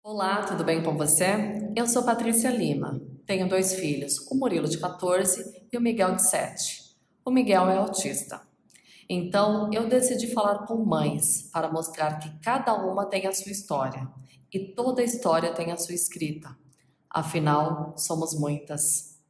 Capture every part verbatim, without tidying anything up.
Olá, tudo bem com você? Eu sou Patrícia Lima. Tenho dois filhos, o Murilo de quatorze e o Miguel de sete. O Miguel é autista. Então, eu decidi falar com mães para mostrar que cada uma tem a sua história e toda história tem a sua escrita. Afinal, somos muitas.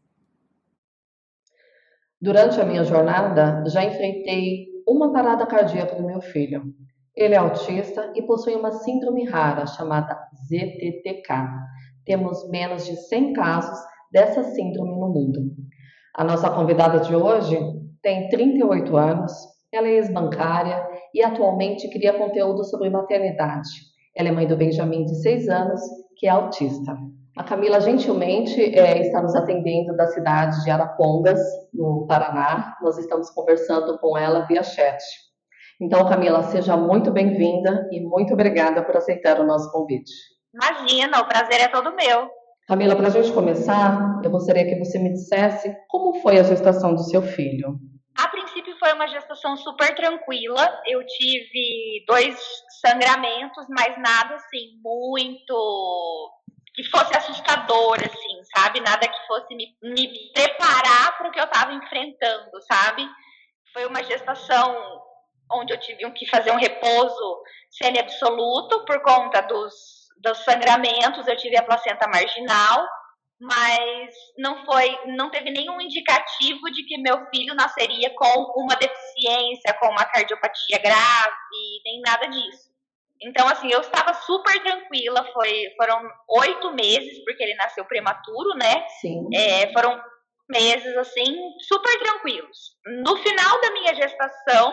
Durante a minha jornada, já enfrentei uma parada cardíaca do meu filho. Ele é autista e possui uma síndrome rara chamada Z T T K. Temos menos de cem casos dessa síndrome no mundo. A nossa convidada de hoje tem trinta e oito anos, ela é ex-bancária e atualmente cria conteúdo sobre maternidade. Ela é mãe do Benjamin, de seis anos, que é autista. A Camila gentilmente é, está nos atendendo da cidade de Arapongas, no Paraná. Nós estamos conversando com ela via chat. Então, Camila, seja muito bem-vinda e muito obrigada por aceitar o nosso convite. Imagina, o prazer é todo meu. Camila, para a gente começar, eu gostaria que você me dissesse como foi a gestação do seu filho. A princípio foi uma gestação super tranquila. Eu tive dois sangramentos, mas nada assim muito que fosse assustador, assim, sabe? Nada que fosse me, me preparar para o que eu estava enfrentando, sabe? Foi uma gestação onde eu tive que fazer um repouso semi-absoluto por conta dos, dos sangramentos. Eu tive a placenta marginal, mas não foi, não teve nenhum indicativo de que meu filho nasceria com uma deficiência, com uma cardiopatia grave, nem nada disso. Então, assim, eu estava super tranquila. Foi, foram oito meses, porque ele nasceu prematuro, né? Sim. É, foram meses, assim, super tranquilos. No final da minha gestação,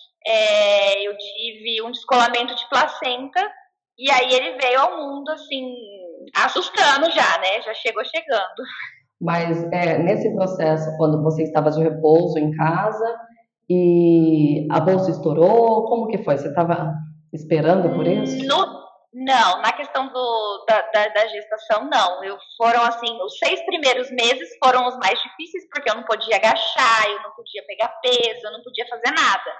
é, eu tive um descolamento de placenta, e aí ele veio ao mundo, assim, assustando já, né? Já chegou chegando. Mas é, nesse processo, quando você estava de repouso em casa e a bolsa estourou, como que foi? Você estava esperando por isso? No, não, na questão do, da, da, da gestação, não. Eu, foram, assim, os seis primeiros meses foram os mais difíceis, porque eu não podia agachar, eu não podia pegar peso, eu não podia fazer nada.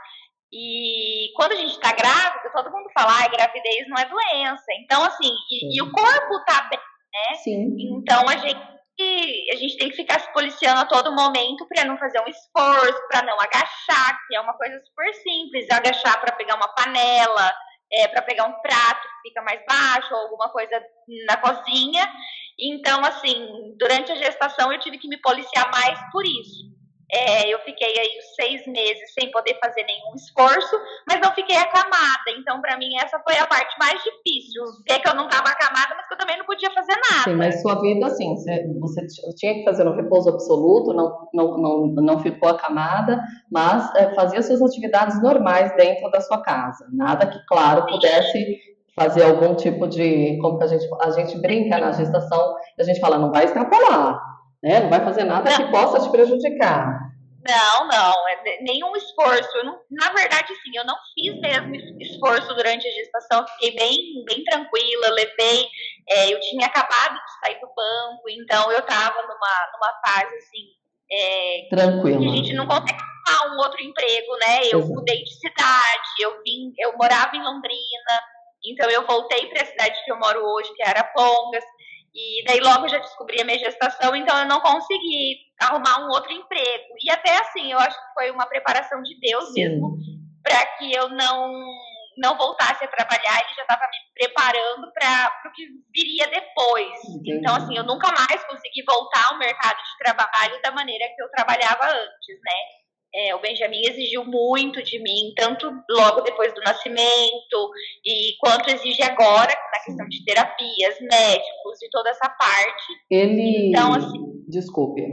E quando a gente tá grávida, todo mundo fala, ah, gravidez não é doença. Então, assim, e, e o corpo tá bem, né? Sim. Então, a gente, a gente tem que ficar se policiando a todo momento para não fazer um esforço, para não agachar, que é uma coisa super simples. Agachar para pegar uma panela, é, para pegar um prato que fica mais baixo, ou alguma coisa na cozinha. Então, assim, durante a gestação eu tive que me policiar mais por isso. É, eu fiquei aí os seis meses sem poder fazer nenhum esforço, mas não fiquei acamada. Então, para mim, essa foi a parte mais difícil. Ver que eu não estava acamada, mas que eu também não podia fazer nada. Sim, mas sua vida, assim, você, você tinha que fazer um repouso absoluto, não, não, não, não ficou acamada, mas é, fazia suas atividades normais dentro da sua casa. Nada que, claro, pudesse fazer algum tipo de... Como que a gente, a gente brinca na gestação, a gente fala, não vai extrapolar. Né? Não vai fazer nada não. que possa te prejudicar. Não, não, é nenhum esforço. Eu não, na verdade, sim, eu não fiz mesmo esforço durante a gestação. Fiquei bem, bem tranquila, levei. É, eu tinha acabado de sair do banco, então eu estava numa, numa fase assim. É, tranquila. Que a gente não consegue arrumar um outro emprego, né? Eu Exato. Mudei de cidade, eu vim, eu morava em Londrina, então eu voltei para a cidade que eu moro hoje, que é Arapongas. E daí logo já descobri a minha gestação, então eu não consegui arrumar um outro emprego. E até assim, eu acho que foi uma preparação de Deus Sim. mesmo, para que eu não, não voltasse a trabalhar. Ele já estava me preparando para o que viria depois. Entendi. Então, assim, eu nunca mais consegui voltar ao mercado de trabalho da maneira que eu trabalhava antes, né? É, o Benjamin exigiu muito de mim, tanto logo depois do nascimento, e quanto exige agora, na questão de terapias, médicos e toda essa parte. Ele, então, assim, desculpe,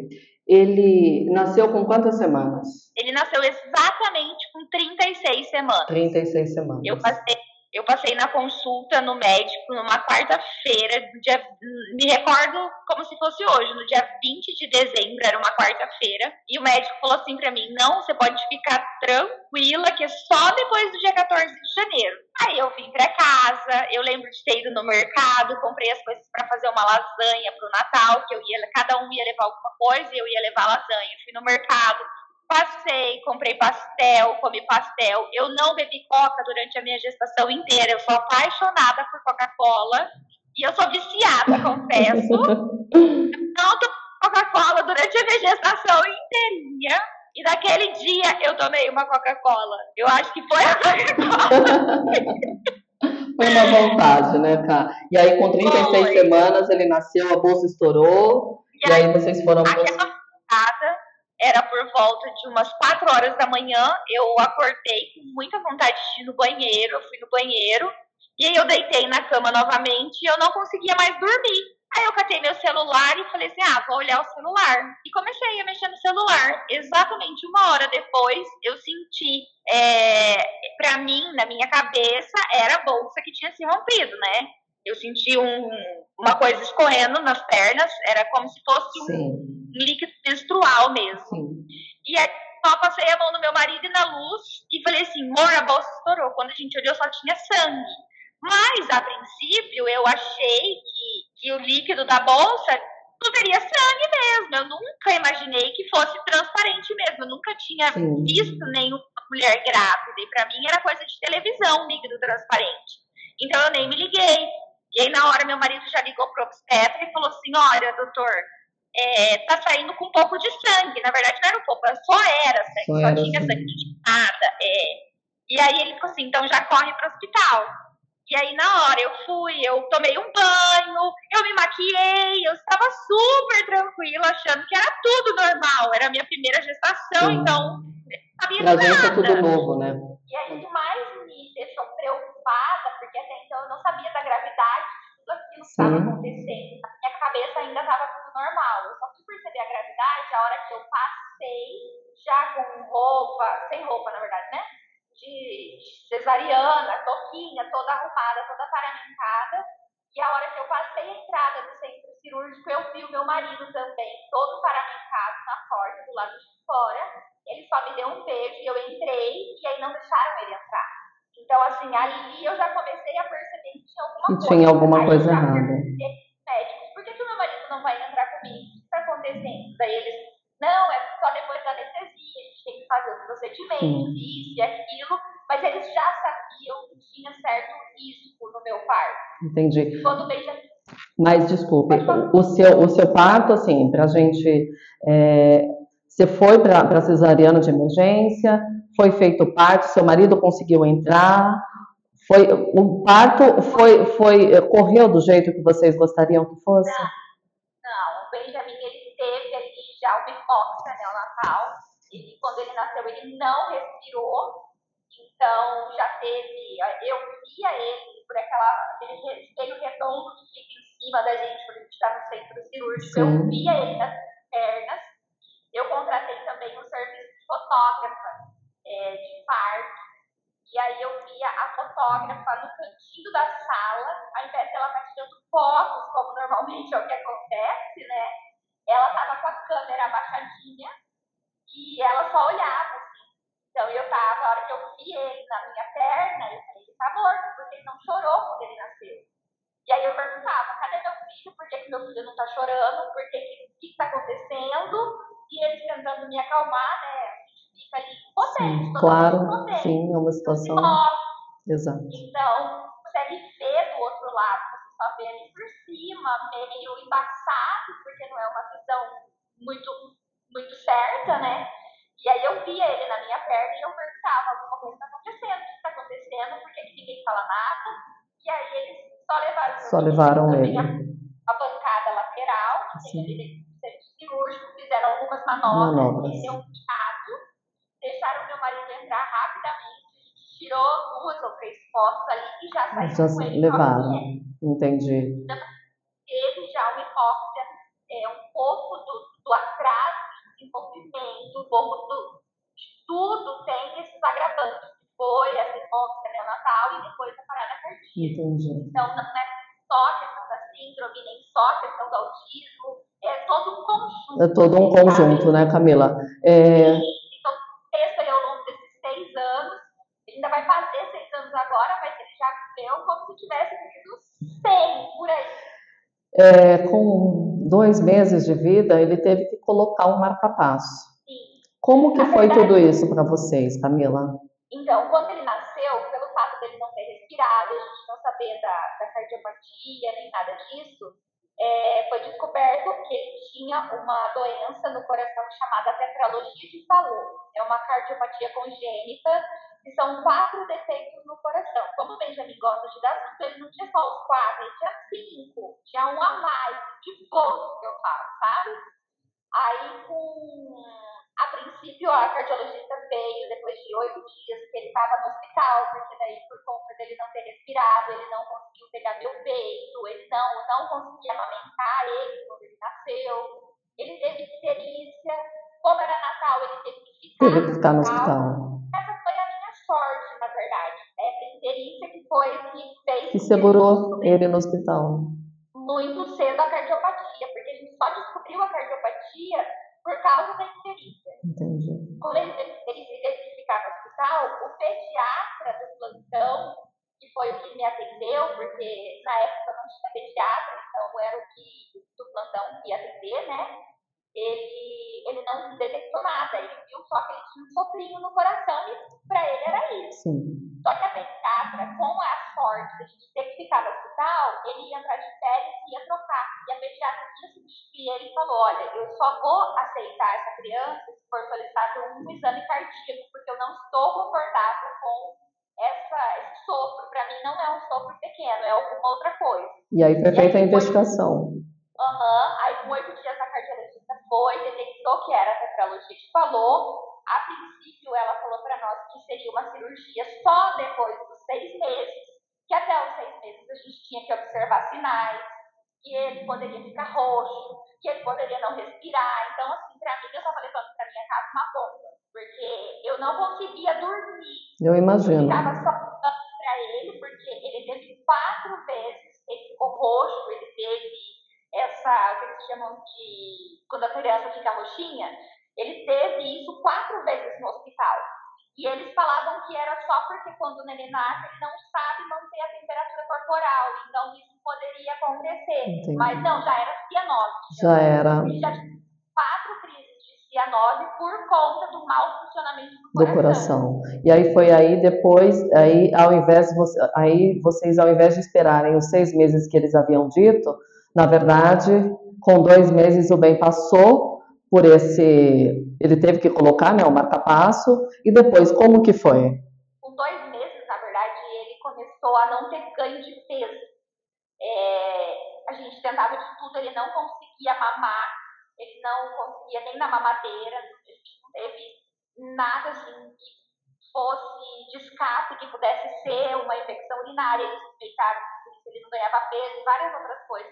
ele nasceu com quantas semanas? Ele nasceu exatamente com trinta e seis semanas. trinta e seis semanas. Eu passei Eu passei na consulta no médico numa quarta-feira, dia, me recordo como se fosse hoje, no dia vinte de dezembro, era uma quarta-feira, e o médico falou assim pra mim, não, você pode ficar tranquila, que é só depois do dia quatorze de janeiro. Aí eu vim pra casa, eu lembro de ter ido no mercado, comprei as coisas pra fazer uma lasanha pro Natal, que eu ia, cada um ia levar alguma coisa e eu ia levar lasanha. Fui no mercado, passei, comprei pastel, comi pastel. Eu não bebi coca durante a minha gestação inteira. Eu sou apaixonada por Coca-Cola E eu sou viciada, confesso. Não tomei Coca-Cola durante a minha gestação inteirinha. E naquele dia eu tomei uma Coca-Cola. Eu acho que foi a Coca-Cola. Foi uma vontade, né, Cá? E aí, com trinta e seis Foi. semanas, ele nasceu, a bolsa estourou. E, e aí, vocês foram... Aquela passada era por volta de umas quatro horas da manhã. Eu acordei com muita vontade de ir no banheiro. Eu fui no banheiro. E aí eu deitei na cama novamente e eu não conseguia mais dormir. Aí eu catei meu celular e falei assim, ah, vou olhar o celular. E comecei a mexer no celular. Exatamente uma hora depois, eu senti, é, pra mim, na minha cabeça, era a bolsa que tinha se rompido, né? Eu senti um, uma coisa escorrendo nas pernas, era como se fosse um, um líquido menstrual mesmo. Sim. E aí eu passei a mão no meu marido e na luz e falei assim, amor, a bolsa estourou. Quando a gente olhou, só tinha sangue. Mas, a princípio, eu achei que, que o líquido da bolsa não teria sangue mesmo. Eu nunca imaginei que fosse transparente mesmo. Eu nunca tinha Sim. visto nenhuma mulher grávida. E para mim era coisa de televisão, líquido transparente. Então, eu nem me liguei. E aí, na hora, meu marido já ligou pro obstetra e falou assim, olha, doutor, é, tá saindo com um pouco de sangue. Na verdade, não era um pouco, só era sangue. Só, só era tinha sangue de nada. É. E aí, ele falou assim, então já corre pro hospital. E aí, na hora, eu fui, eu tomei um banho, eu me maquiei, eu estava super tranquila, achando que era tudo normal. Era a minha primeira gestação, Sim. então, não sabia pra de gente nada. é tudo novo, né? E aí, o que mais me deixou preocupada, porque até então eu não sabia da gravidade de tudo aquilo que estava acontecendo. Na minha cabeça ainda estava tudo normal. Eu só fui perceber a gravidade a hora que eu passei, já com roupa, sem roupa, na verdade, né? De cesariana, toquinha, toda arrumada, toda paramentada. E a hora que eu passei a entrada do centro cirúrgico, eu vi o meu marido também, todo paramentado na porta, do lado de fora. Ele só me deu um beijo e eu entrei, e aí não deixaram ele entrar. Então, assim, ali eu já comecei a perceber que tinha alguma que coisa. Tinha alguma aí coisa errada. Médicos, por que, que o meu marido não vai entrar comigo? O que está acontecendo? Daí eles, não, é só depois da anestesia, a gente tem que fazer os procedimentos, Sim. isso e aquilo, mas eles já sabiam que tinha certo risco no meu parto. Entendi. Quando beija... Mas, desculpe, o seu, o seu parto, assim, pra gente, é, você foi para a cesariana de emergência, foi feito o parto, seu marido conseguiu entrar, foi, o parto foi, foi, correu do jeito que vocês gostariam que fosse? Não, não, o Benjamin, ele teve ali já uma hipóxia neonatal, e quando ele nasceu ele não respirou, então já teve, eu via ele por aquela, aquele espelho redondo que fica em cima da gente quando a gente está no centro cirúrgico, Sim. eu via ele nas pernas, eu contratei também um serviço de fotógrafa é, de parto, e aí eu via a fotógrafa no cantinho da sala, ao invés dela estar tirando fotos, como normalmente é o que acontece, né? Ela estava com a câmera abaixadinha e ela só olhava, assim. Então eu tava, a hora que eu vi ele na minha perna, eu falei, ele tá morto, porque ele não chorou quando ele nasceu. E aí eu perguntava, cadê meu filho? Por que, que meu filho não tá chorando? Por que que, que tá acontecendo? E eles tentando me acalmar, né? A gente fica ali impotente, sim, todo claro, mundo impotente. Sim, é uma situação. Exato. Então, consegue ver do outro lado, você só vê ali por cima, meio embaçado, porque não é uma visão muito, muito certa, né? E aí eu via ele na minha perna e eu perguntava, alguma coisa está acontecendo, o que está acontecendo, por que ninguém fala nada? E aí eles só levaram, só levaram ele. A, a bancada lateral, que tem ali no centro cirúrgico, fizeram algumas manobras, manobras. deu um teatro, deixaram meu marido entrar rapidamente, tirou duas ou três fotos ali e já saiu já com ele. levaram, entendi. Então, teve já uma hipóxia, é, um pouco do, do atraso de desenvolvimento, um pouco do, de tudo tem esses agravantes. Foi essa hipóxia neonatal e depois a parada cardíaca. Entendi. Então, não é só a questão da síndrome, nem só a questão do autismo, é todo um conjunto. É todo um conjunto, sabe? Né, Camila? É... Então, esse aí ao longo desses seis anos, ele ainda vai fazer seis anos agora, mas ele já viveu como se tivesse vivido cem por aí. É, com dois meses de vida, ele teve que colocar um marca-passo. Sim. Como que Na foi verdade, tudo isso para vocês, Camila? Então, quando ele nasceu, pelo fato dele não ter respirado, a gente não sabia saber da, da cardiopatia, nem nada disso, é, foi descoberto que ele tinha uma doença no coração chamada tetralogia de Fallot. É uma cardiopatia congênita, que são quatro defeitos no coração. Como o Benjamin gosta de dar números, ele não tinha só os quatro, ele tinha cinco, tinha um a mais, de gosto que eu falo, sabe? Aí, com... a princípio, a cardiologista veio depois de oito dias que ele estava no hospital, porque daí, por conta dele não ter respirado, ele não conseguiu pegar meu peito, ele não, não conseguia amamentar ele quando ele nasceu, ele teve icterícia, como era Natal, ele teve que ficar, Teve que ficar no hospital. Essa foi a minha sorte, na verdade. Essa icterícia que foi que fez... Que segurou ele no hospital. Muito cedo a cardiopatia, porque a gente só descobriu a cardiopatia por causa da icterícia. Entendi. Quando ele teve que ficar no hospital, o pediatra do plantão, que foi o que me atendeu, porque na época não tinha pediatra, então era o que do plantão que ia atender, né? Ele, ele não detectou nada, ele viu só que ele tinha um soprinho no coração e para ele era isso. Sim. Só que a pediatra, com a sorte de a gente ter que ficar no hospital, ele ia entrar de férias e ia trocar. E a pediatra ia substituir ele e falou: olha, eu só vou aceitar essa criança se for solicitado um exame cardíaco, porque eu não estou confortável com essa, esse sopro. Para mim não é um sopro pequeno, é alguma outra coisa. E aí foi feita a investigação. Aham, uhum. Aí com oito dias a cardiologista foi, detectou que era a tetralogia de Fallot. A princípio ela falou para nós que seria uma cirurgia só depois dos seis meses, que até os seis meses a gente tinha que observar sinais, que ele poderia ficar roxo, que ele poderia não respirar. Então, assim, para mim, eu estava levando para minha casa uma bomba, porque eu não conseguia dormir. Eu imagino. Eu ficava só para ele, porque ele teve quatro vezes, ele ficou roxo, ele teve essa, o que eles chamam de, quando a criança fica roxinha, ele teve isso quatro vezes no hospital. E eles falavam que era só porque quando o neném nasce, ele não sabe manter a temperatura corporal. Então, isso poderia acontecer. Entendi. Mas não, já era cianose. Já, já era. Ele já tinha quatro crises de cianose por conta do mau funcionamento do coração. Do coração. E aí foi aí depois, aí ao invés de você, aí vocês ao invés de esperarem os seis meses que eles haviam dito, na verdade, com dois meses o bem passou por esse, ele teve que colocar, né, o marca-passo, e depois, como que foi? Com dois meses, na verdade, ele começou a não ter ganho de peso. É, a gente tentava de tudo, ele não conseguia mamar, ele não conseguia nem na mamadeira, a gente não teve nada assim que fosse de escape, que pudesse ser uma infecção urinária, eles suspeitaram que ele não ganhava peso, várias outras coisas.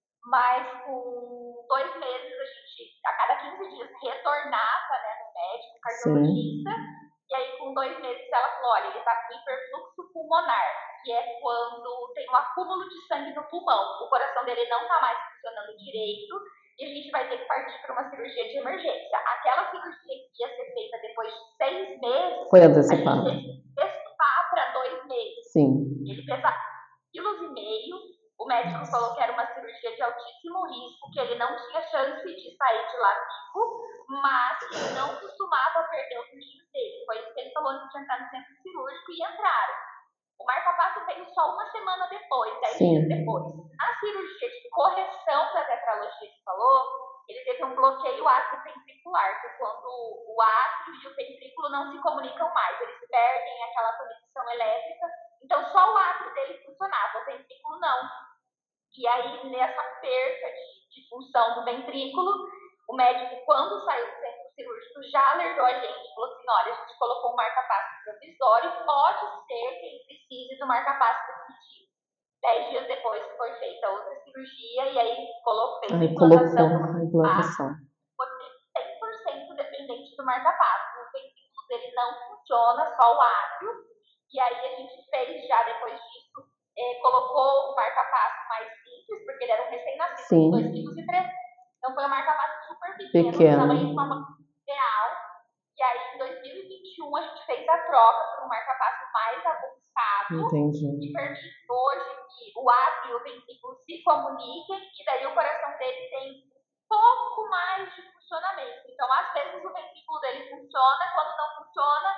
Mas com dois meses, a gente, a cada quinze dias, retornava, né, no médico, cardiologista. Sim. E aí, com dois meses, ela falou: olha, ele está com hiperfluxo pulmonar, que é quando tem um acúmulo de sangue no pulmão. O coração dele não está mais funcionando direito e a gente vai ter que partir para uma cirurgia de emergência. Aquela cirurgia que ia ser feita depois de seis meses, foi antecipada. A gente antecipar para dois meses. Sim. Ele pesava um vírgula cinco quilos. O médico falou que era uma cirurgia de altíssimo risco, que ele não tinha chance de sair de lá vivo, mas que ele não costumava perder os rinhos dele. Foi isso que ele falou antes de entrar no centro cirúrgico e entraram. O marca-passo veio só uma semana depois, dez dias depois. Na cirurgia de correção da tetralogia que falou, ele teve um bloqueio atrioventricular, que é quando o átrio e o ventrículo não se comunicam mais, eles perdem aquela conexão elétrica. Então só o átrio dele funcionava, o ventrículo não. E aí, nessa perda de, de função do ventrículo, o médico, quando saiu do centro cirúrgico, já alertou a gente, falou assim: olha, a gente colocou um marca-passo provisório, pode ser que ele precise do marca-passo definitivo. Dez dias depois foi feita outra cirurgia e aí colocou, fez a implantação do marca-passo, porque cem por cento dependente do marca-passo. O ventrículo dele não funciona, só o átrio. E aí a gente fez já depois disso, eh, colocou o marca-passo mais simples, porque ele era um recém-nascido, dois vírgula três quilos. Então foi um marca-passo super pequeno, pequeno. Tamanho de uma real. E aí em dois mil e vinte e um a gente fez a troca para um marca-passo mais avançado. Entendi. Que permite hoje que o átrio e o ventrículo se comuniquem e daí o coração dele tem um pouco mais de funcionamento. Então às vezes o ventrículo dele funciona, quando não funciona,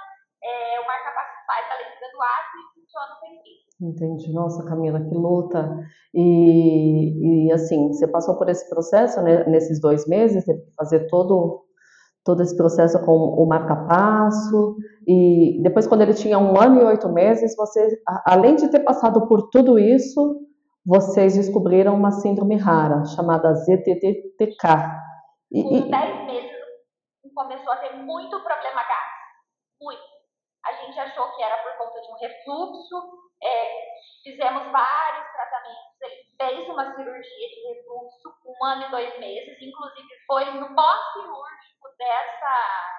é, o marca-passo faz a leitura do ato e funciona sem fim. Entendi. Nossa, Camila, que luta. E, e assim, você passou por esse processo, né, nesses dois meses, teve que fazer todo, todo esse processo com o marca-passo. E depois, quando ele tinha um ano e oito meses, você, a- além de ter passado por tudo isso, vocês descobriram uma síndrome rara, chamada Z T T K. E, Com e- dez meses, começou a ter muito problema gástrico. Muito. A gente achou que era por conta de um refluxo, é, fizemos vários tratamentos, ele fez uma cirurgia de refluxo com um ano e dois meses, inclusive foi no pós-cirúrgico dessa,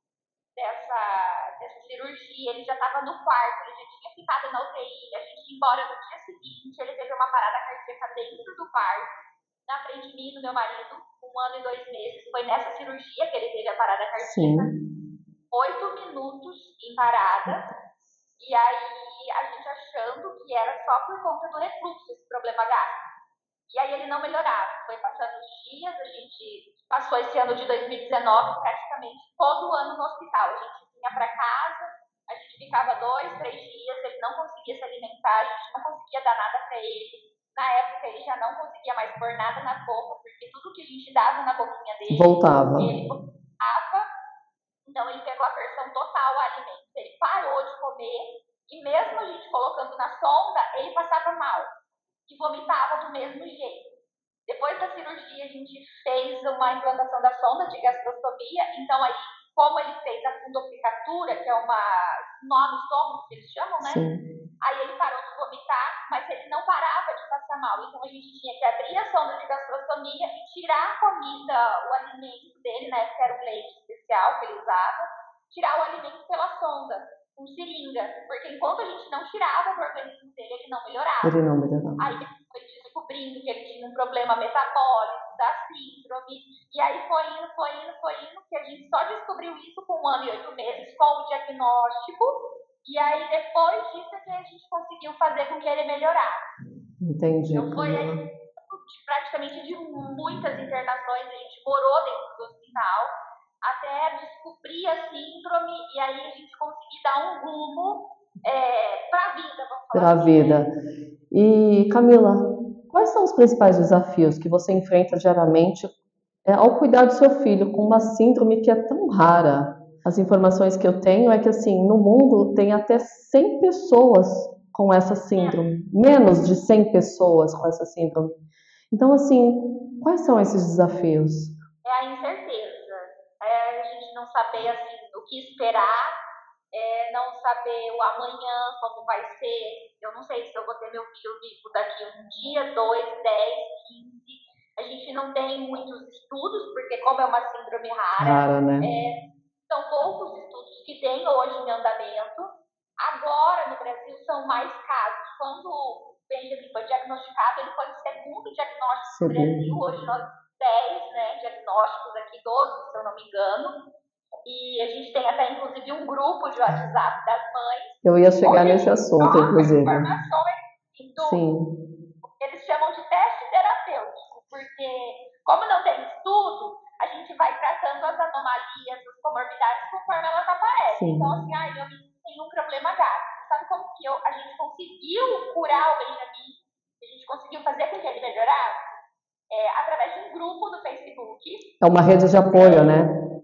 dessa, dessa cirurgia, ele já estava no quarto, ele já tinha ficado na U T I, a gente ia embora no dia seguinte, ele teve uma parada cardíaca dentro do quarto, na frente de mim e do meu marido, um ano e dois meses, foi nessa cirurgia que ele teve a parada cardíaca. sim. Oito minutos em parada, e aí a gente achando que era só por conta do refluxo, esse problema gástrico. E aí ele não melhorava, foi passando os dias, a gente passou esse ano de dois mil e dezenove praticamente todo ano no hospital. A gente vinha para casa, a gente ficava dois, três dias, ele não conseguia se alimentar, a gente não conseguia dar nada para ele. Na época ele já não conseguia mais pôr nada na boca, porque tudo que a gente dava na boquinha dele, Voltava. ele voltava. Então ele pegou a aversão total ao alimento, ele parou de comer e mesmo a gente colocando na sonda, ele passava mal e vomitava do mesmo jeito. Depois da cirurgia a gente fez uma implantação da sonda de gastrostomia, então aí como ele fez a fundoplicatura, que é uma nome estômago que eles chamam, né? Sim. Aí ele parou de vomitar, mas ele não parava de passar mal. Então a gente tinha que abrir a sonda de gastrostomia e tirar a comida, o alimento dele, né? Que era um leite especial que ele usava, tirar o alimento pela sonda, com seringa. Porque enquanto a gente não tirava do organismo dele, ele não melhorava. Ele não melhorava. Aí ele foi descobrindo que ele tinha um problema metabólico, da síndrome. E aí foi indo, foi indo, foi indo, que a gente só descobriu isso com um ano e oito meses, com o diagnóstico. E aí, depois disso, é que a gente conseguiu fazer com que ele melhorasse. Entendi, Então, foi aí, Camila. de, praticamente de muitas internações, a gente morou dentro do hospital, até descobrir a síndrome, e aí a gente conseguir dar um rumo é, para a vida, vamos falar Para a assim. vida. E, Camila, quais são os principais desafios que você enfrenta diariamente é, ao cuidar do seu filho com uma síndrome que é tão rara? As informações que eu tenho é que, assim, no mundo tem até cem pessoas com essa síndrome, menos de cem pessoas com essa síndrome. Então, assim, quais são esses desafios? É a incerteza, é a gente não saber, assim, o que esperar, é não saber o amanhã, como vai ser. Eu não sei se eu vou ter meu filho vivo daqui um dia, dois, dez, quinze. A gente não tem muitos estudos, porque como é uma síndrome rara, Rara, né? é, são poucos estudos que tem hoje em andamento. Agora, no Brasil, são mais casos. Quando o Benjamin foi diagnosticado, ele foi o segundo diagnóstico no Brasil. Hoje nós temos dez, né, diagnósticos aqui, doze, se eu não me engano. E a gente tem até, inclusive, um grupo de WhatsApp das mães. Eu ia chegar nesse assunto, inclusive. Informações do, Sim. eles chamam de teste terapêutico, porque como não tem estudo, a gente vai tratando as anomalias, as comorbidades conforme elas aparecem. Sim. Então, assim, ah, eu tenho um problema gástrico. Sabe como que eu, a gente conseguiu curar o Benjamin? A gente conseguiu fazer com que ele melhorasse? É, através de um grupo do Facebook. É uma rede de apoio, né?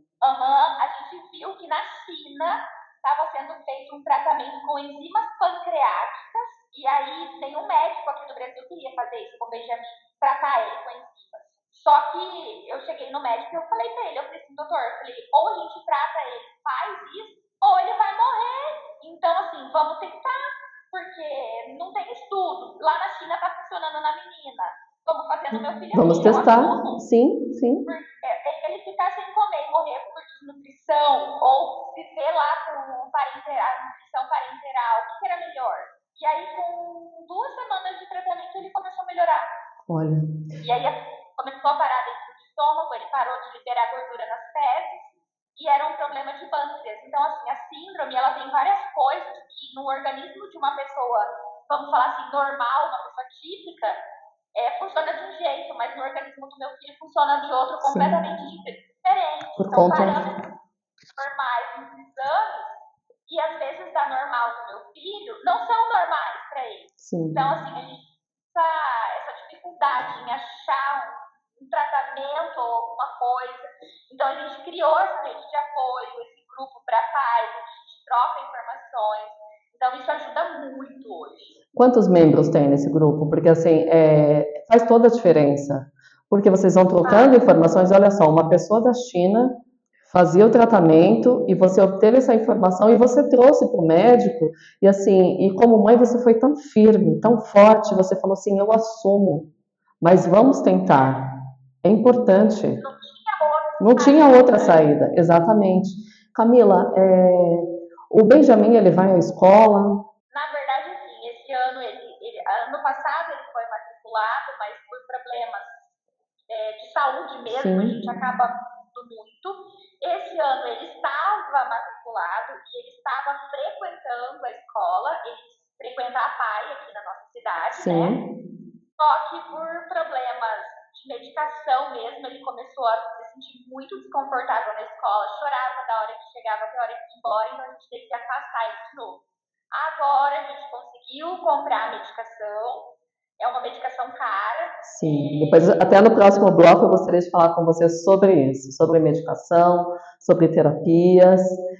Uhum, a gente viu que na China estava sendo feito um tratamento com enzimas pancreáticas, e aí nenhum médico aqui no Brasil queria fazer isso com o Benjamin, tratar ele com enzimas. Só que eu cheguei no médico e eu falei pra ele, eu falei assim, doutor, eu falei, ou a gente trata ele, faz isso, ou ele vai morrer. Então, assim, vamos tentar, porque não tem estudo. Lá na China tá funcionando na menina. Vamos fazer no meu filho. Vamos aqui, testar, eu sim, sim. Ele ficar sem comer e morrer por desnutrição, ou viver lá com parenteral, nutrição parenteral, o que, que era melhor? E aí, com duas semanas de tratamento, ele começou a melhorar. Olha. E aí, começou a parar dentro do estômago, ele parou de liberar gordura nas fezes, e era um problema de pâncreas. Então, assim, a síndrome, ela tem várias coisas que no organismo de uma pessoa, vamos falar assim, normal, uma pessoa típica, é, funciona de um jeito, mas no organismo do meu filho funciona de outro completamente Sim. diferente. Por São conta... parâmetros normais nos exames, e às hormonal do meu filho não são normais para ele. Sim. Então, assim, a gente essa, essa dificuldade em achar um, um tratamento ou alguma coisa. Então, a gente criou essa rede de apoio, esse grupo para pais, a gente troca informações. Então, isso ajuda muito hoje. Quantos membros tem nesse grupo? Porque, assim, é, faz toda a diferença. Porque vocês vão trocando ah. informações. Olha só, uma pessoa da China fazia o tratamento e você obteve essa informação e você trouxe para o médico. E, assim, e como mãe você foi tão firme, tão forte. Você falou assim, eu assumo, mas vamos tentar. É importante. Não tinha outra, Não tinha outra saída, exatamente. Camila, é, o Benjamin, ele vai à escola? Na verdade, sim. Esse ano, ele, ele, ano passado ele foi matriculado, mas por problemas é, de saúde mesmo, sim. A gente acaba mudando muito. Esse ano ele estava matriculado e ele estava frequentando a escola. Ele frequenta a P A I aqui na nossa cidade, sim. Né? Só que por problemas de medicação mesmo, ele começou a se sentir muito desconfortável na escola, chorava da hora que chegava até a hora que ia embora, então a gente teve que afastar ele de novo. Agora a gente conseguiu comprar a medicação, é uma medicação cara. Sim, depois até no próximo bloco eu gostaria de falar com você sobre isso, sobre medicação, sobre terapias,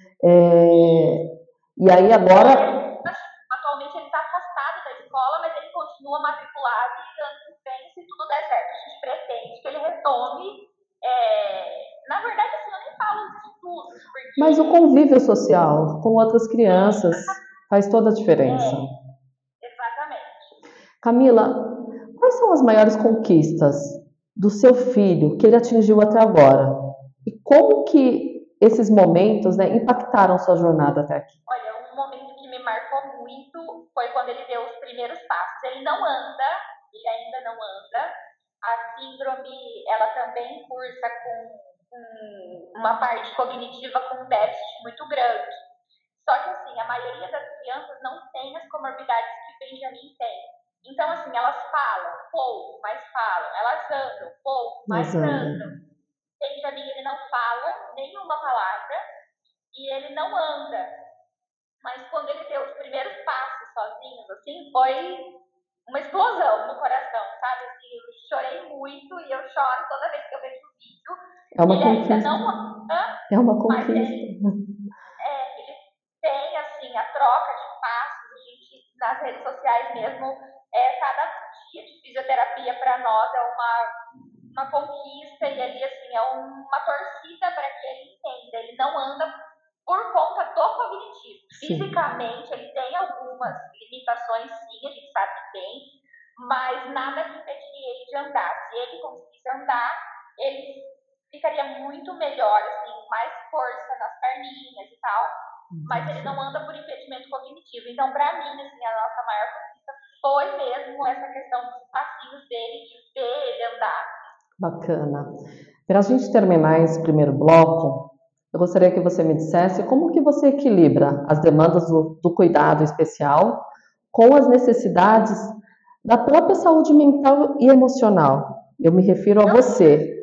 é... e aí agora... Atualmente ele está afastado da escola, mas ele continua matriculado e ano que vem, se tudo der certo, a gente pretende que ele retome, é... na verdade assim, eu nem falo os estudos, porque... Mas o convívio social com outras crianças faz toda a diferença. É, exatamente. Camila, quais são as maiores conquistas do seu filho que ele atingiu até agora? E como que esses momentos, né, impactaram sua jornada até aqui? Olha, um momento que me marcou muito foi quando ele deu os primeiros passos. Ele não anda, ele ainda não anda. A síndrome, ela também cursa com, com uma parte cognitiva com um déficit muito grande. Só que, assim, a maioria das crianças não tem as comorbidades que o Benjamin tem. Então, assim, elas falam pouco, mas falam. Elas andam pouco, mas andam. Benjamin, ele não fala nenhuma palavra e ele não anda. Mas quando ele deu os primeiros passos sozinhos, assim, foi uma explosão no coração, sabe? Assim, eu chorei muito e eu choro toda vez que eu vejo o vídeo. É uma ele conquista. ainda não anda. É uma conquista. Ele, é, ele tem, assim, a troca de passos. A gente, nas redes sociais mesmo, é, cada dia de fisioterapia para nós é uma, uma conquista e ali, assim, é uma torcida para que ele entenda. Ele não anda por conta do cognitivo. Sim. Fisicamente, ele tem algumas limitações, sim, a gente sabe que tem, mas nada que impediria ele de andar. Se ele conseguisse andar, ele ficaria muito melhor, assim, mais força nas perninhas e tal, mas ele não anda por impedimento cognitivo. Então, para mim, assim, a nossa maior conquista foi mesmo essa questão dos passinhos dele, de ver ele andar. Bacana. Para a gente terminar esse primeiro bloco, eu gostaria que você me dissesse como que você equilibra as demandas do, do cuidado especial com as necessidades da própria saúde mental e emocional. Eu me refiro a você.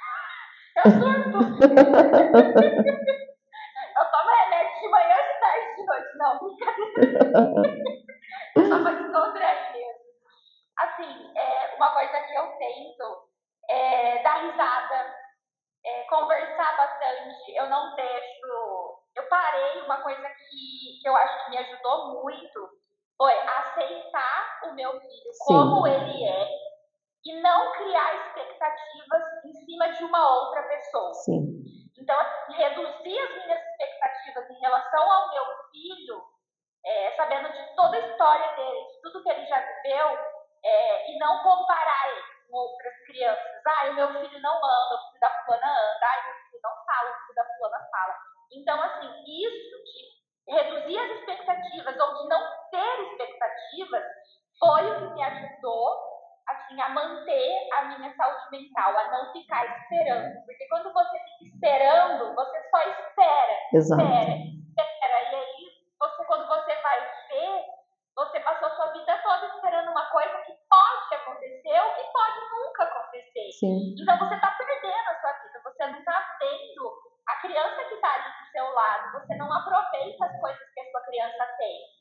Eu surto. Eu tomo remédio de manhã, de tarde, de noite. Não, brincadeira. Só pra descontrair mesmo. Assim, é, uma coisa que eu tento é dar risada, é, conversar bastante. Eu não deixo... Eu parei, uma coisa que, que eu acho que me ajudou muito foi aceitar o meu filho Sim. como ele é e não criar expectativas em cima de uma outra pessoa. Sim. Então, assim, reduzir as minhas expectativas em relação ao meu filho, é, sabendo de toda a história dele, de tudo que ele já viveu, é, e não comparar ele com outras crianças. Ah, o meu filho não anda, o filho da fulana anda. Ah, o meu filho não fala, o filho da fulana fala. Então, assim, isso de reduzir as expectativas ou de não ter expectativas foi o que me ajudou, assim, a manter a minha saúde mental, a não ficar esperando. Porque quando você fica esperando, você só espera, Exato. espera, espera. E aí, você, quando você vai ver, você passou a sua vida toda esperando uma coisa que pode acontecer ou que pode nunca acontecer. Sim. Então, você está perdendo a sua vida, você não está vendo a criança que está ali do seu lado, você não aproveita as coisas que a sua criança tem.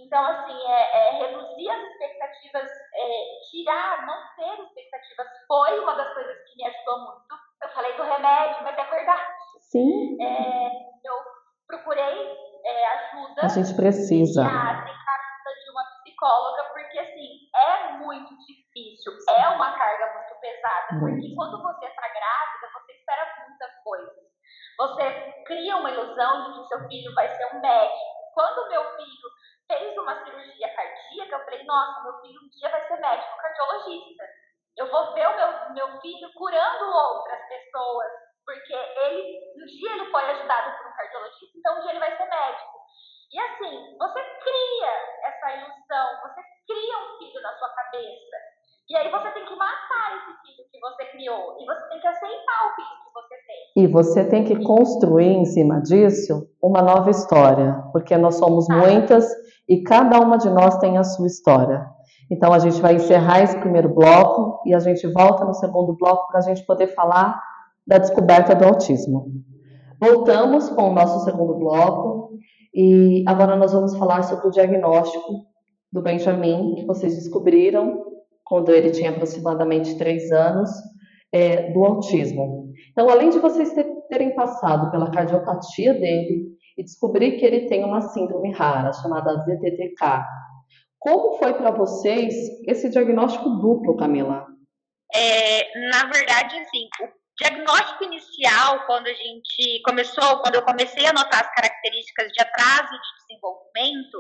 Então, assim, é, é reduzir as expectativas, é, tirar, não ter expectativas, foi uma das coisas que me ajudou muito. Eu falei do remédio, mas é verdade. Sim. É, eu procurei é, ajuda. A gente precisa. Ajuda de uma psicóloga, porque, assim, é muito difícil, é uma carga muito pesada. Muito. Porque quando você está grávida, você espera muitas coisas. Você cria uma ilusão de que seu filho vai ser um médico. Quando meu filho fez uma cirurgia cardíaca, eu falei, nossa, meu filho um dia vai ser médico cardiologista. Eu vou ver o meu, meu filho curando outras pessoas, porque ele, um dia ele foi ajudado por um cardiologista, então um dia ele vai ser médico. E assim, você cria essa ilusão, você cria um filho na sua cabeça. E aí você tem que matar esse filho que você criou. E você tem que aceitar o filho que você tem. E você tem que construir em cima disso uma nova história. Porque nós somos muitas e cada uma de nós tem a sua história. Então a gente vai encerrar esse primeiro bloco e a gente volta no segundo bloco para a gente poder falar da descoberta do autismo. Voltamos com o nosso segundo bloco e agora nós vamos falar sobre o diagnóstico do Benjamin, que vocês descobriram quando ele tinha aproximadamente três anos, é, do autismo. Então, além de vocês terem passado pela cardiopatia dele e descobrir que ele tem uma síndrome rara, chamada Z T T K, como foi para vocês esse diagnóstico duplo, Camila? É, na verdade, assim, o diagnóstico inicial, quando a gente começou, quando eu comecei a notar as características de atraso de desenvolvimento,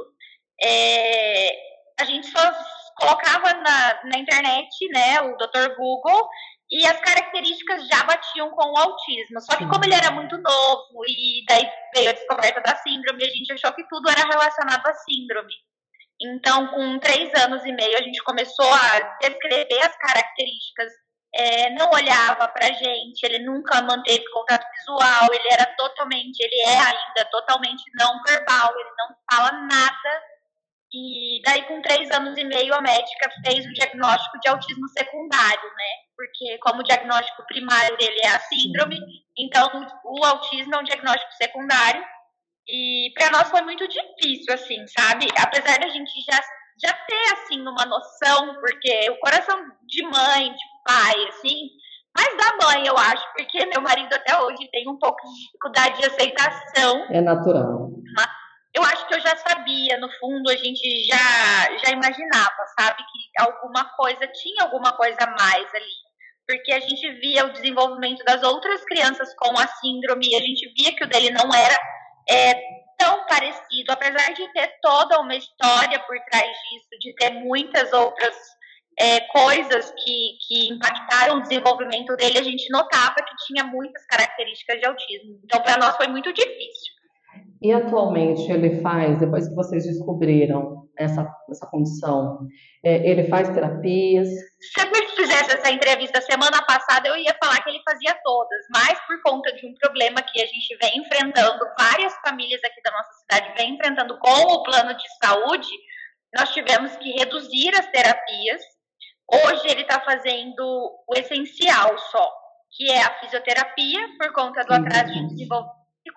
é, a gente só colocava na, na internet, né, o doutor Google, e as características já batiam com o autismo. Só que como ele era muito novo e daí veio a descoberta da síndrome, a gente achou que tudo era relacionado à síndrome. Então, com três anos e meio, a gente começou a descrever as características, é, não olhava pra gente, ele nunca manteve contato visual, ele era totalmente, ele é ainda totalmente não verbal, ele não fala nada. E daí, com três anos e meio, a médica fez o diagnóstico de autismo secundário, né? Porque como o diagnóstico primário dele é a síndrome, então o autismo é um diagnóstico secundário. E para nós foi muito difícil, assim, sabe? Apesar da gente já, já ter, assim, uma noção, porque o coração de mãe, de pai, assim, mais da mãe, eu acho, porque meu marido até hoje tem um pouco de dificuldade de aceitação. É natural. Mas eu acho que eu já sabia, no fundo, a gente já, já imaginava, sabe? Que alguma coisa, tinha alguma coisa a mais ali. Porque a gente via o desenvolvimento das outras crianças com a síndrome, e a gente via que o dele não era é, tão parecido, apesar de ter toda uma história por trás disso, de ter muitas outras é, coisas que, que impactaram o desenvolvimento dele, a gente notava que tinha muitas características de autismo. Então, para nós foi muito difícil. E atualmente ele faz, depois que vocês descobriram essa, essa condição, é, ele faz terapias? Se eu fizesse essa entrevista semana passada, eu ia falar que ele fazia todas, mas por conta de um problema que a gente vem enfrentando, várias famílias aqui da nossa cidade vem enfrentando com o plano de saúde, nós tivemos que reduzir as terapias. Hoje ele está fazendo o essencial só, que é a fisioterapia, por conta do atraso de desenvolvimento,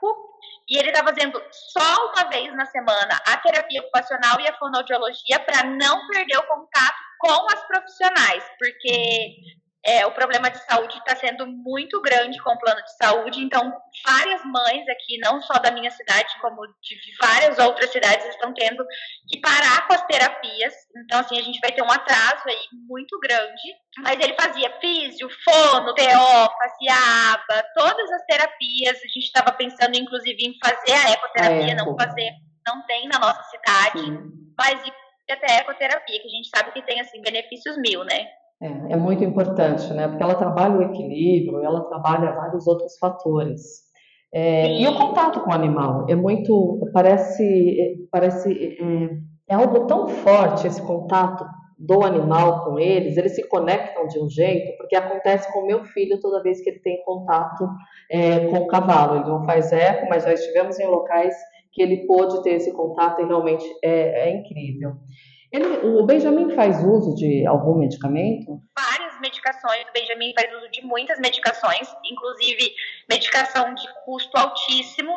e ele está fazendo só uma vez na semana a terapia ocupacional e a fonoaudiologia para não perder o contato com as profissionais, porque é, o problema de saúde está sendo muito grande com o plano de saúde, então várias mães aqui, não só da minha cidade, como de várias outras cidades, estão tendo que parar com as terapias, então assim, a gente vai ter um atraso aí muito grande, mas ele fazia físio, fono, T O, fazia aba, todas as terapias, a gente estava pensando inclusive em fazer a ecoterapia, não fazer, não tem na nossa cidade, Sim. mas até a ecoterapia, que a gente sabe que tem assim benefícios mil, né? É, é muito importante, né? Porque ela trabalha o equilíbrio, ela trabalha vários outros fatores. É, e o contato com o animal é muito, parece, parece é, é algo tão forte esse contato do animal com eles, eles se conectam de um jeito, porque acontece com o meu filho toda vez que ele tem contato é, com o cavalo. Ele não faz eco, mas já estivemos em locais que ele pôde ter esse contato e realmente é, é incrível. Ele, o Benjamin faz uso de algum medicamento? Várias medicações, o Benjamin faz uso de muitas medicações, inclusive medicação de custo altíssimo.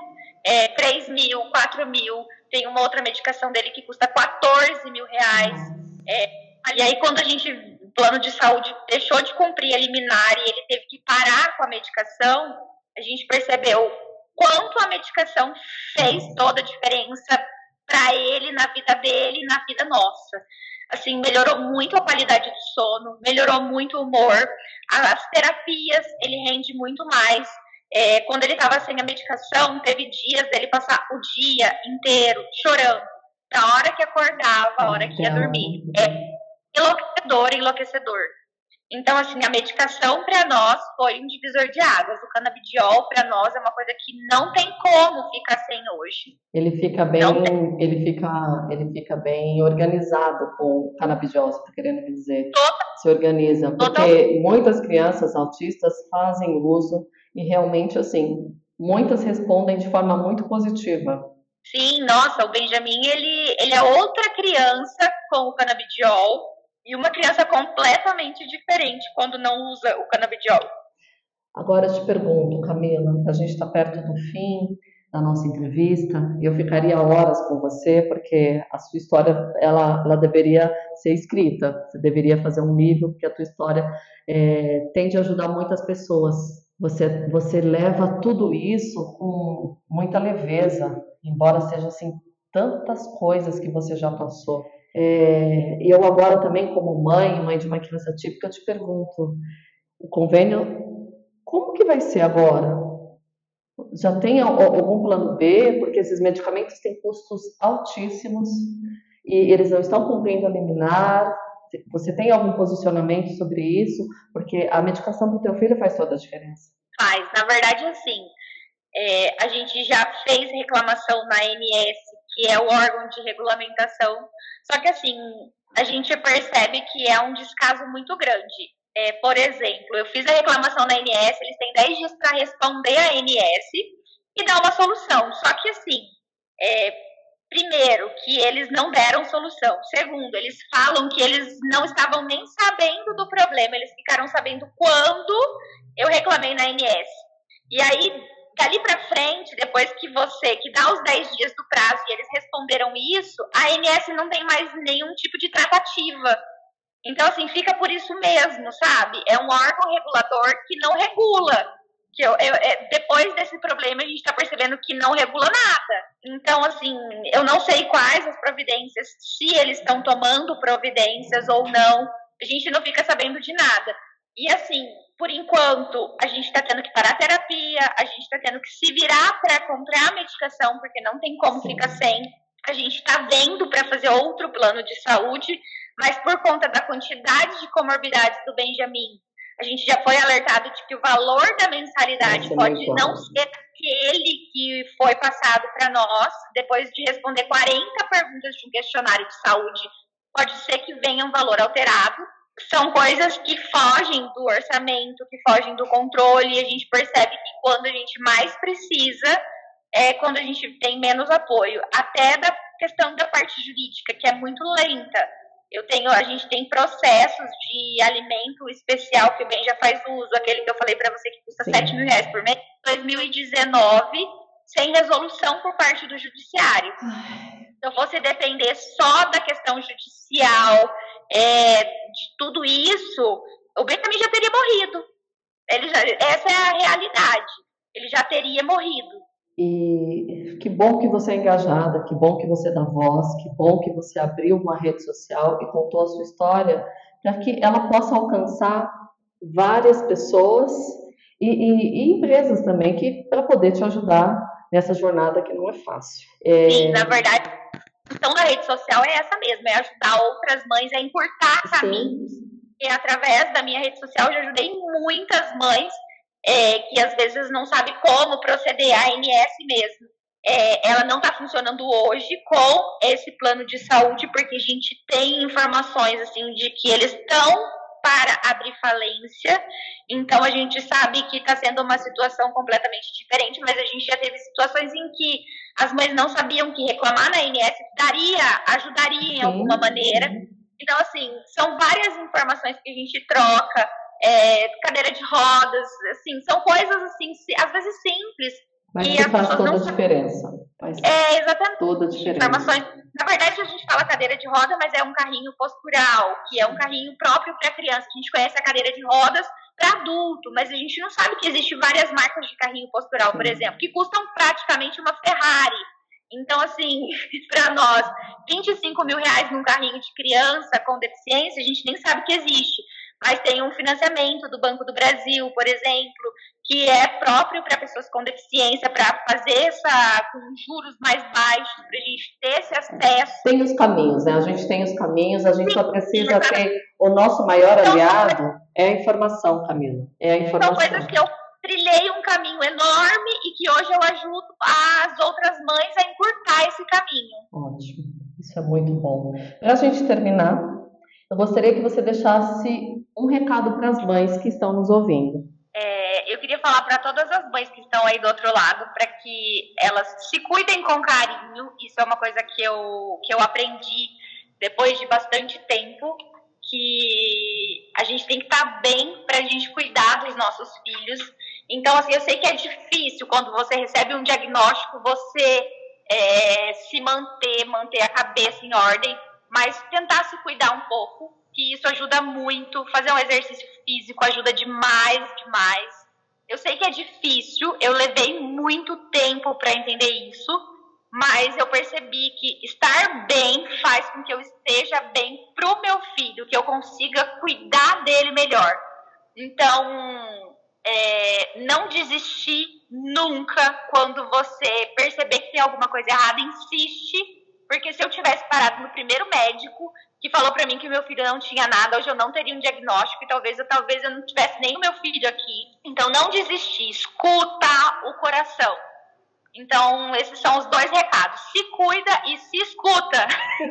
é, três mil, quatro mil. Tem uma outra medicação dele que custa quatorze mil reais. É, e aí, quando a gente, o plano de saúde deixou de cumprir a liminar e ele teve que parar com a medicação, a gente percebeu quanto a medicação fez toda a diferença para ele, na vida dele e na vida nossa. Assim, melhorou muito a qualidade do sono, melhorou muito o humor, as terapias, ele rende muito mais. É, quando ele estava sem a medicação, teve dias dele passar o dia inteiro chorando, da hora que acordava, a hora que ia dormir. É enlouquecedor, enlouquecedor. Então, assim, a medicação para nós foi um divisor de águas. O canabidiol para nós é uma coisa que não tem como ficar sem hoje. Ele fica bem, ele fica, ele fica bem organizado com o canabidiol, você está querendo me dizer? Total, Se organiza, porque total. Muitas crianças autistas fazem uso e realmente, assim, muitas respondem de forma muito positiva. Sim, nossa, o Benjamin, ele, ele é outra criança com o canabidiol. E uma criança completamente diferente quando não usa o canabidiol. Agora eu te pergunto, Camila, a gente está perto do fim da nossa entrevista e eu ficaria horas com você porque a sua história ela, ela deveria ser escrita. Você deveria fazer um livro porque a tua história é, tende a ajudar muitas pessoas. Você, você leva tudo isso com muita leveza, embora seja assim tantas coisas que você já passou. É, eu agora também, como mãe, mãe de uma criança típica, eu te pergunto, o convênio, como que vai ser agora? Já tem algum plano B? Porque esses medicamentos têm custos altíssimos e eles não estão cumprindo a liminar. Você tem algum posicionamento sobre isso? Porque a medicação do teu filho faz toda a diferença. Faz, na verdade, assim, é, a gente já fez reclamação na A N S, que é o órgão de regulamentação. Só que, assim, a gente percebe que é um descaso muito grande. É, por exemplo, eu fiz a reclamação na A N S, eles têm dez dias para responder a A N S e dar uma solução. Só que, assim, é, primeiro, que eles não deram solução. Segundo, eles falam que eles não estavam nem sabendo do problema. Eles ficaram sabendo quando eu reclamei na A N S. E aí, dali para frente, depois que você, que dá os dez dias do prazo e eles responderam isso, a A N S não tem mais nenhum tipo de tratativa. Então, assim, fica por isso mesmo, sabe? É um órgão regulador que não regula. Que eu, eu, é, depois desse problema, a gente está percebendo que não regula nada. Então, assim, eu não sei quais as providências, se eles estão tomando providências ou não. A gente não fica sabendo de nada. E, assim, por enquanto, a gente está tendo que parar a terapia, a gente está tendo que se virar para comprar a medicação, porque não tem como Sim. ficar sem. A gente está vendo para fazer outro plano de saúde, mas por conta da quantidade de comorbidades do Benjamin, a gente já foi alertado de que o valor da mensalidade Nossa, pode não ser aquele que foi passado para nós, depois de responder quarenta perguntas de um questionário de saúde, pode ser que venha um valor alterado. São coisas que fogem do orçamento, que fogem do controle, e a gente percebe que quando a gente mais precisa, é quando a gente tem menos apoio. Até da questão da parte jurídica, que é muito lenta. Eu tenho, a gente tem processos de alimento especial que o bem já faz uso, aquele que eu falei para você que custa Sim. sete mil reais por mês, dois mil e dezenove, sem resolução por parte do judiciário. Ai. Se eu fosse depender só da questão judicial, é, de tudo isso, o Benjamin já teria morrido. Ele já, essa é a realidade. Ele já teria morrido. E que bom que você é engajada, que bom que você dá voz, que bom que você abriu uma rede social e contou a sua história para que ela possa alcançar várias pessoas e, e, e empresas também que para poder te ajudar nessa jornada que não é fácil. É... Sim, na verdade, a questão da rede social é essa mesmo, é ajudar outras mães a encurtar caminhos. E através da minha rede social eu já ajudei muitas mães É, que às vezes não sabe como proceder, a A N S mesmo. É, ela não está funcionando hoje com esse plano de saúde, porque a gente tem informações assim, de que eles estão para abrir falência, então a gente sabe que está sendo uma situação completamente diferente, mas a gente já teve situações em que as mães não sabiam que reclamar na A N S daria, ajudaria em alguma maneira. Então, assim, são várias informações que a gente troca, É, cadeira de rodas, assim, são coisas assim, às vezes simples, Mas E que as faz pessoas toda não a sabem. diferença. Faz É, exatamente. toda a diferença. Informações. Na verdade, a gente fala cadeira de roda, mas é um carrinho postural, que é um carrinho próprio para criança. A gente conhece a cadeira de rodas para adulto, mas a gente não sabe que existe várias marcas de carrinho postural, por exemplo, que custam praticamente uma Ferrari. Então, assim, para nós, vinte e cinco mil reais num carrinho de criança com deficiência, a gente nem sabe que existe. Mas tem um financiamento do Banco do Brasil, por exemplo, que é próprio para pessoas com deficiência, para fazer essa com juros mais baixos, para a gente ter esse acesso. Tem os caminhos, né? A gente tem os caminhos, a gente só precisa ter o nosso maior aliado é a informação, Camila. É a informação. São coisas que eu trilhei um caminho enorme e que hoje eu ajudo as outras mães a encurtar esse caminho. Ótimo, isso é muito bom. Para a gente terminar, eu gostaria que você deixasse um recado para as mães que estão nos ouvindo. É, eu queria falar para todas as mães que estão aí do outro lado, para que elas se cuidem com carinho. Isso é uma coisa que eu, que eu aprendi depois de bastante tempo, que a gente tem que estar bem para a gente cuidar dos nossos filhos. Então, assim, eu sei que é difícil quando você recebe um diagnóstico, você é, se manter, manter a cabeça em ordem, mas tentar se cuidar um pouco, que isso ajuda muito. Fazer um exercício físico ajuda demais, demais. Eu sei que é difícil, eu levei muito tempo para entender isso, mas eu percebi que estar bem faz com que eu esteja bem pro meu filho, que eu consiga cuidar dele melhor. Então, é, não desistir nunca. Quando você perceber que tem alguma coisa errada, insiste, porque se eu tivesse parado no primeiro médico que falou para mim que o meu filho não tinha nada, hoje eu não teria um diagnóstico e talvez eu, talvez eu não tivesse nem o meu filho aqui. Então, não desistir, escuta o coração. Então, esses são os dois recados. Se cuida e se escuta.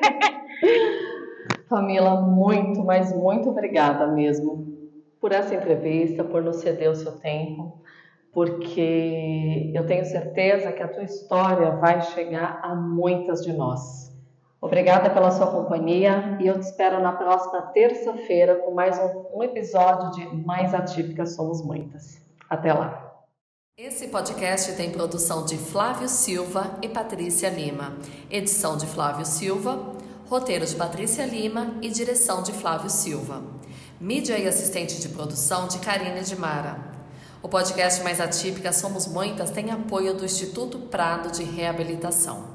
Camila, muito, mas muito obrigada mesmo por essa entrevista, por nos ceder o seu tempo, porque eu tenho certeza que a tua história vai chegar a muitas de nós. Obrigada pela sua companhia e eu te espero na próxima terça-feira com mais um, um episódio de Mais Atípicas Somos Muitas. Até lá! Esse podcast tem produção de Flávio Silva e Patrícia Lima, edição de Flávio Silva, roteiro de Patrícia Lima e direção de Flávio Silva. Mídia e assistente de produção de Karine de Mara. O podcast Mais Atípicas Somos Muitas tem apoio do Instituto Prado de Reabilitação.